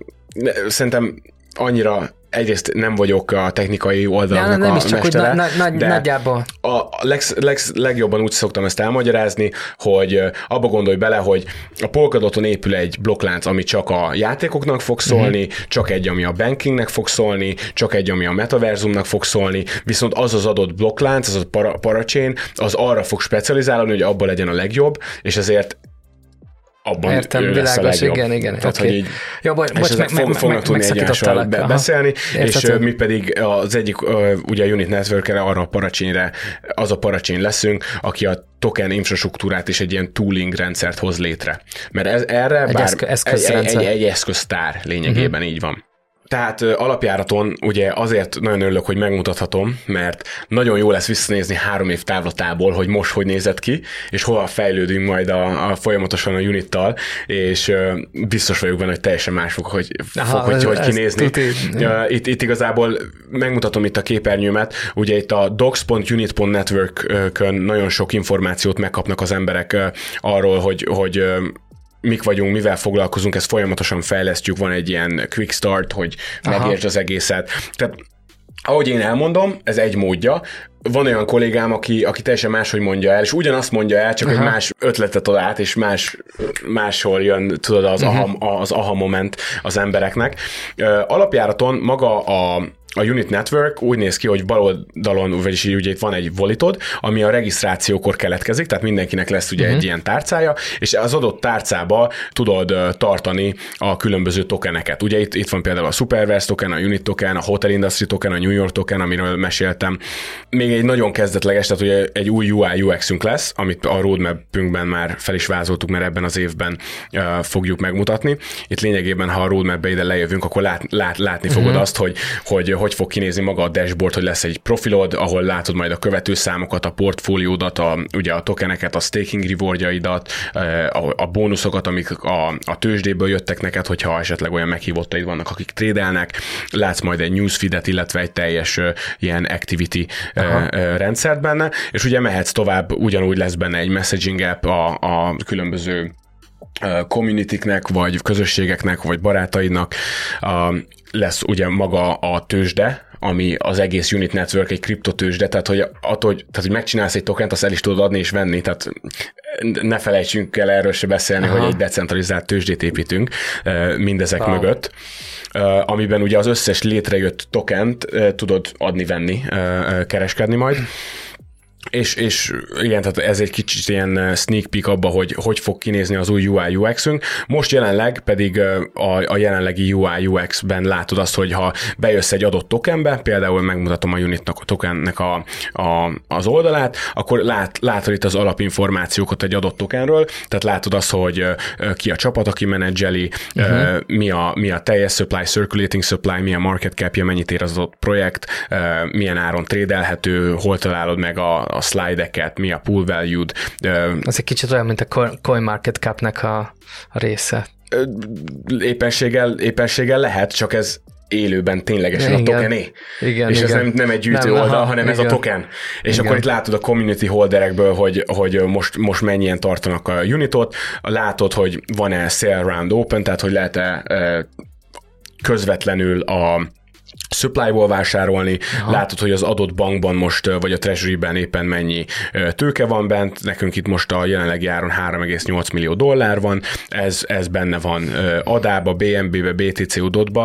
Szerintem annyira egyrészt nem vagyok a technikai oldalnak nem a is csak mestere, na, na, de nagyjából. a leg, leg, legjobban úgy szoktam ezt elmagyarázni, hogy abba gondolj bele, hogy a Polkadoton épül egy blokklánc, ami csak a játékoknak fog szólni, uh-huh. csak egy, ami a bankingnek fog szólni, csak egy, ami a metaverzumnak fog szólni, viszont az az adott blokklánc, az a para, parachain, az arra fog specializálni, hogy abban legyen a legjobb, és ezért abban Értem, ő lesz világos, a legjobb. igen, igen. Tehát, okay. hogy így, ja, bocs, és bocs, ezek meg, fog, fognak meg, tudni egymással be, beszélni, és mi pedig az egyik, ugye a Unit Network-re, arra a parachainre, az a parachain leszünk, aki a token infrastruktúrát és egy ilyen tooling rendszert hoz létre. Mert ez, erre egy, bár eszkö, eszköz egy, egy, egy eszköztár lényegében uh-huh. így van. Tehát alapjáraton ugye azért nagyon örülök, hogy megmutathatom, mert nagyon jó lesz visszanézni három év távlatából, hogy most hogy nézett ki, és hova fejlődünk majd a, a folyamatosan a Unittal, és biztos vagyok benne, hogy teljesen más fog, hogy, Aha, fog, hogy, hogy kinézni. Itt, itt igazából megmutatom itt a képernyőmet, ugye itt a docs pont unit pont network-ön nagyon sok információt megkapnak az emberek arról, hogy, hogy mik vagyunk, mivel foglalkozunk, ezt folyamatosan fejlesztjük, van egy ilyen quick start, hogy megértsd az egészet. Tehát ahogy én elmondom, ez egy módja. Van olyan kollégám, aki, aki teljesen máshogy mondja el, és ugyanazt mondja el, csak Aha. egy más ötletet ad át, és más, máshol jön, tudod, az, uh-huh. aha, az aha moment az embereknek. Alapjáraton maga a, a Unit Network úgy néz ki, hogy bal oldalon, vagyis így ugye itt van egy volitod, ami a regisztrációkor keletkezik, tehát mindenkinek lesz ugye uh-huh. egy ilyen tárcája, és az adott tárcába tudod tartani a különböző tokeneket. Ugye itt, itt van például a Superverse token, a Unit token, a Hotel Industry token, a New York token, amiről meséltem. Még egy nagyon kezdetleges, tehát ugye egy új U I U X-ünk lesz, amit a roadmap-ünkben már fel is vázoltuk, mert ebben az évben uh, fogjuk megmutatni. Itt lényegében, ha a roadmap-be ide lejövünk, akkor lát, lát, látni uh-huh. fogod azt, hogy, hogy hogy fog kinézni maga a dashboard, hogy lesz egy profilod, ahol látod majd a követőszámokat, a portfóliódat, a, ugye a tokeneket, a staking rewardjaidat, a, a bónuszokat, amik a, a tőzsdéből jöttek neked, hogyha esetleg olyan meghívottaid vannak, akik trédelnek, látsz majd egy newsfeedet, illetve egy teljes uh, ilyen activity uh, rendszert benne, és ugye mehetsz tovább, ugyanúgy lesz benne egy messaging app a, a különböző communitiknek, vagy közösségeknek, vagy barátaidnak. Uh, lesz ugye maga a tőzsde, ami az egész Unit Network egy kriptotőzsde, tehát hogy, attól, hogy, tehát, hogy megcsinálsz egy tokent, azt el is tudod adni és venni, tehát ne felejtsünk el erről se beszélni, Aha. hogy egy decentralizált tőzsdét építünk mindezek wow. mögött, amiben ugye az összes létrejött tokent tudod adni-venni, kereskedni majd. És, és igen, tehát ez egy kicsit ilyen sneak peek abba, hogy hogy fog kinézni az új U I U X-ünk. Most jelenleg pedig a, a jelenlegi U I U X-ben látod azt, hogy ha bejössz egy adott tokenbe, például megmutatom a Unitnak a tokennek a, a, az oldalát, akkor lát, látod itt az alapinformációkat egy adott tokenről, tehát látod azt, hogy ki a csapat, aki menedzseli, uh-huh. mi, a, mi a teljes supply, circulating supply, mi a market capja, mennyit ér az adott projekt, milyen áron trédelhető, hol találod meg a a slide-eket, mi a pool value-d. Az egy kicsit olyan, mint a CoinMarketCap-nek a, a része. Éppenséggel, éppenséggel lehet, csak ez élőben ténylegesen igen. a tokené. Igen, és igen. ez nem, nem egy gyűjtő nem, oldal, aha, hanem igen. ez a token. És igen. akkor itt látod a community holderekből, hogy, hogy most, most mennyien tartanak a unitot, látod, hogy van-e sale round open, tehát hogy lehet-e közvetlenül a supply-ból vásárolni, Aha. látod, hogy az adott bankban most, vagy a Treasury-ben éppen mennyi tőke van bent, nekünk itt most a jelenlegi áron három egész nyolc millió dollár van, ez, ez benne van adába, bé en bé-be, bé té cé u dotba,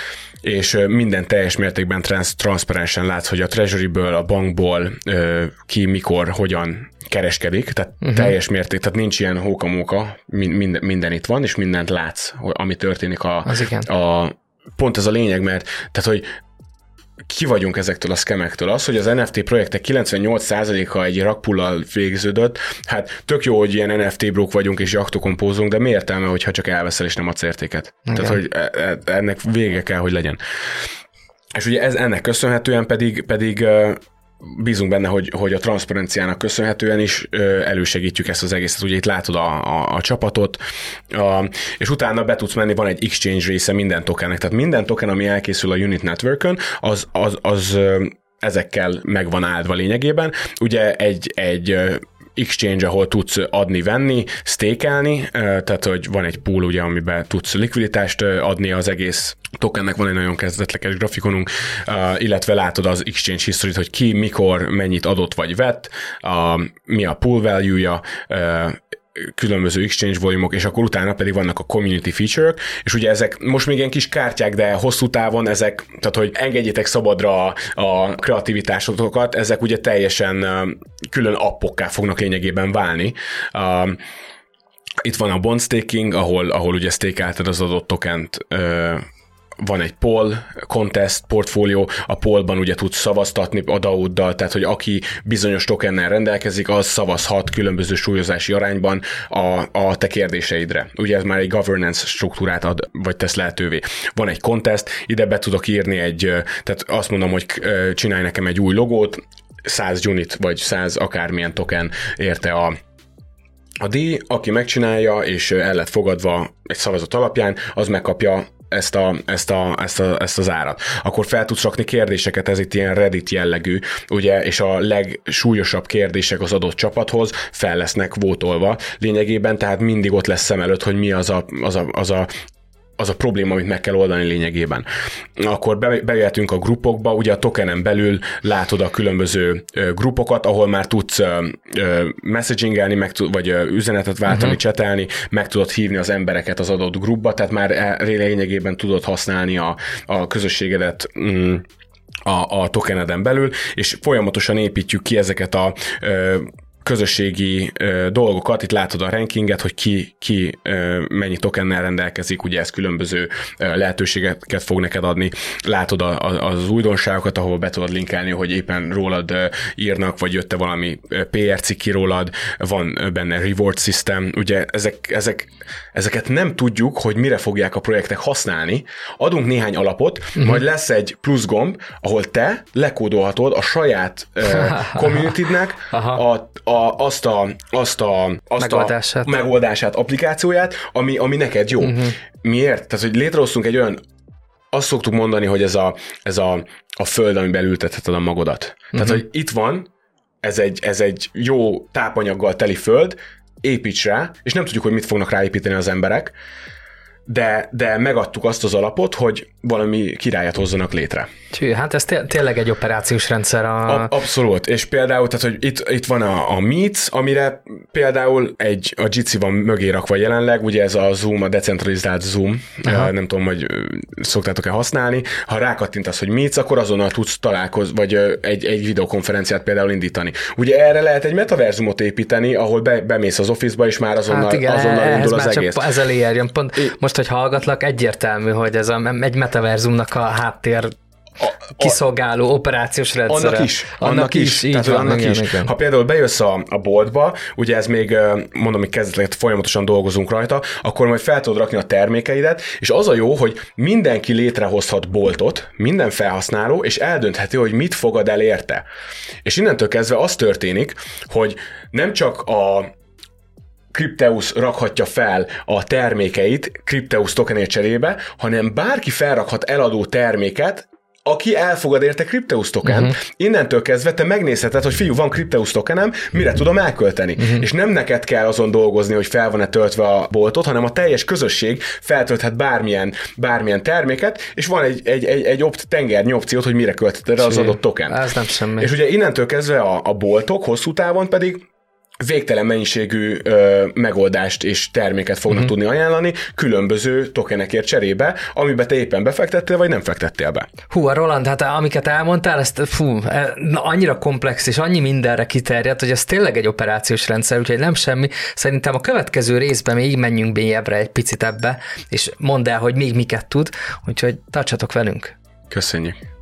és minden teljes mértékben transz, transzparensen látsz, hogy a Treasury-ből, a bankból ki, mikor, hogyan kereskedik, tehát uh-huh. teljes mérték, tehát nincs ilyen hókamóka, minden, minden itt van, és mindent látsz, ami történik a, a pont ez a lényeg, mert tehát, hogy ki vagyunk ezektől a scamektől. Az, hogy az en ef té projektek kilencvennyolc százaléka egy rakpullal végződött, hát tök jó, hogy ilyen en ef té brók vagyunk és jachtokon pózunk, de mi értelme, hogyha csak elveszel és nem adsz értéket? Igen. Tehát, hogy ennek vége kell, hogy legyen. És ugye ez, ennek köszönhetően pedig, pedig bízunk benne, hogy, hogy a transzparenciának köszönhetően is ö, elősegítjük ezt az egészet. Ugye itt látod a, a, a csapatot, a, és utána be tudsz menni, van egy exchange része minden tokennek. Tehát minden token, ami elkészül a Unit Networkön, az, az, az ö, ezekkel meg van áldva lényegében. Ugye egy, egy ö, exchange, ahol tudsz adni-venni, stakelni, tehát hogy van egy pool, ugye, amiben tudsz likviditást adni az egész tokennek, van egy nagyon kezdetleges grafikonunk, illetve látod az exchange history-t, hogy ki, mikor, mennyit adott vagy vett, mi a pool value-ja, különböző exchange volumok, és akkor utána pedig vannak a community feature-ök, és ugye ezek most még ilyen kis kártyák, de hosszú távon ezek, tehát hogy engedjétek szabadra a, a kreativitásotokat, ezek ugye teljesen külön appokká fognak lényegében válni. Uh, itt van a bond staking, ahol, ahol ugye stakelted az adott tokent, uh, van egy poll, contest, portfólió, a pollban ugye tudsz szavaztatni a dé á o-ddal, tehát hogy aki bizonyos tokennel rendelkezik, az szavazhat különböző súlyozási arányban a, a te kérdéseidre. Ugye ez már egy governance struktúrát ad, vagy tesz lehetővé. Van egy contest, ide be tudok írni egy, tehát azt mondom, hogy csinálj nekem egy új logót, száz unit, vagy száz akármilyen token érte a a díj, aki megcsinálja, és el lett fogadva egy szavazat alapján, az megkapja ezt, a, ezt, a, ezt, a, ezt az árat. Akkor fel tudsz rakni kérdéseket, ez itt ilyen Reddit jellegű, ugye, és a legsúlyosabb kérdések az adott csapathoz fel lesznek vótolva lényegében, tehát mindig ott lesz szem előtt, hogy mi az a, az a, az a az a probléma, amit meg kell oldani lényegében. Akkor bejöhetünk a grupokba, ugye a tokenen belül látod a különböző grupokat, ahol már tudsz messagingelni, meg tud, vagy üzenetet váltani, uh-huh. csetelni, meg tudod hívni az embereket az adott grupba, tehát már lényegében tudod használni a, a közösségedet mm, a, a tokeneden belül, és folyamatosan építjük ki ezeket a ö, közösségi ö, dolgokat, itt látod a rankinget, hogy ki, ki ö, mennyi tokennel rendelkezik, ugye ez különböző ö, lehetőségeket fog neked adni, látod a, a, az újdonságokat, ahol be tudod linkelni, hogy éppen rólad ö, írnak, vagy jött-e valami pé er cikk rólad, van benne reward system, ugye ezek, ezek, ezeket nem tudjuk, hogy mire fogják a projektek használni, adunk néhány alapot, uh-huh. majd lesz egy plusz gomb, ahol te lekódolhatod a saját ö, communitydnek a, a azt a, azt a, azt megoldását. a megoldását, applikációját, ami, ami neked jó. Uh-huh. Miért? Tehát, hogy létrehoztunk egy olyan, azt szoktuk mondani, hogy ez a, ez a, a föld, amiben ültetheted a magodat. Uh-huh. Tehát, hogy itt van, ez egy, ez egy jó tápanyaggal teli föld, építs rá, és nem tudjuk, hogy mit fognak ráépíteni az emberek, de, de megadtuk azt az alapot, hogy valami királyat hozzanak létre. Hű, hát ez té- tényleg egy operációs rendszer. A... a, abszolút, és például, tehát, hogy itt, itt van a, a Meets, amire például egy, a Jitsi van mögé rakva jelenleg, ugye ez a Zoom, a decentralizált Zoom, Aha. nem tudom, hogy szoktátok-e használni, ha rákattintasz, hogy Meets, akkor azonnal tudsz találkozni, vagy egy, egy videokonferenciát például indítani. Ugye erre lehet egy metaverzumot építeni, ahol be, bemész az Office-ba, és már azonnal, hát igen, azonnal indul az egész. Ez a layer jön. Pont é... most, hogy hallgatlak, egyértelmű, hogy ez a, egy metaverzumnak a háttér A, a, kiszolgáló operációs rendszere. Annak is. Annak, annak is. is. Tehát, van, annak igen, is. Igen. Ha például bejössz a, a boltba, ugye ez még, mondom, hogy kezdetleg folyamatosan dolgozunk rajta, akkor majd fel tudod rakni a termékeidet, és az a jó, hogy mindenki létrehozhat boltot, minden felhasználó, és eldöntheti, hogy mit fogad el érte. És innentől kezdve az történik, hogy nem csak a Crypteus rakhatja fel a termékeit Crypteus tokenért cserébe, hanem bárki felrakhat eladó terméket, aki elfogad érte Crypteus token, uh-huh. innentől kezdve te megnézheted, hogy fiú, van Crypteus tokenem, mire tudom elkölteni. Uh-huh. És nem neked kell azon dolgozni, hogy fel van-e töltve a boltot, hanem a teljes közösség feltölthet bármilyen, bármilyen terméket, és van egy, egy, egy, egy opt tengernyi opciót, hogy mire költheted az adott token. Ez nem semmi. És ugye innentől kezdve a, a boltok hosszú távon pedig végtelen mennyiségű ö, megoldást és terméket fognak uh-huh. tudni ajánlani különböző tokenekért cserébe, amiben te éppen befektettél, vagy nem fektettél be. Hú, a Roland, hát amiket elmondtál, ezt fú, na, annyira komplex és annyi mindenre kiterjedt, hogy ez tényleg egy operációs rendszer, úgyhogy nem semmi. Szerintem a következő részben még menjünk mélyebbre egy picit ebbe, és mondd el, hogy még miket tud, úgyhogy tartsatok velünk. Köszönjük.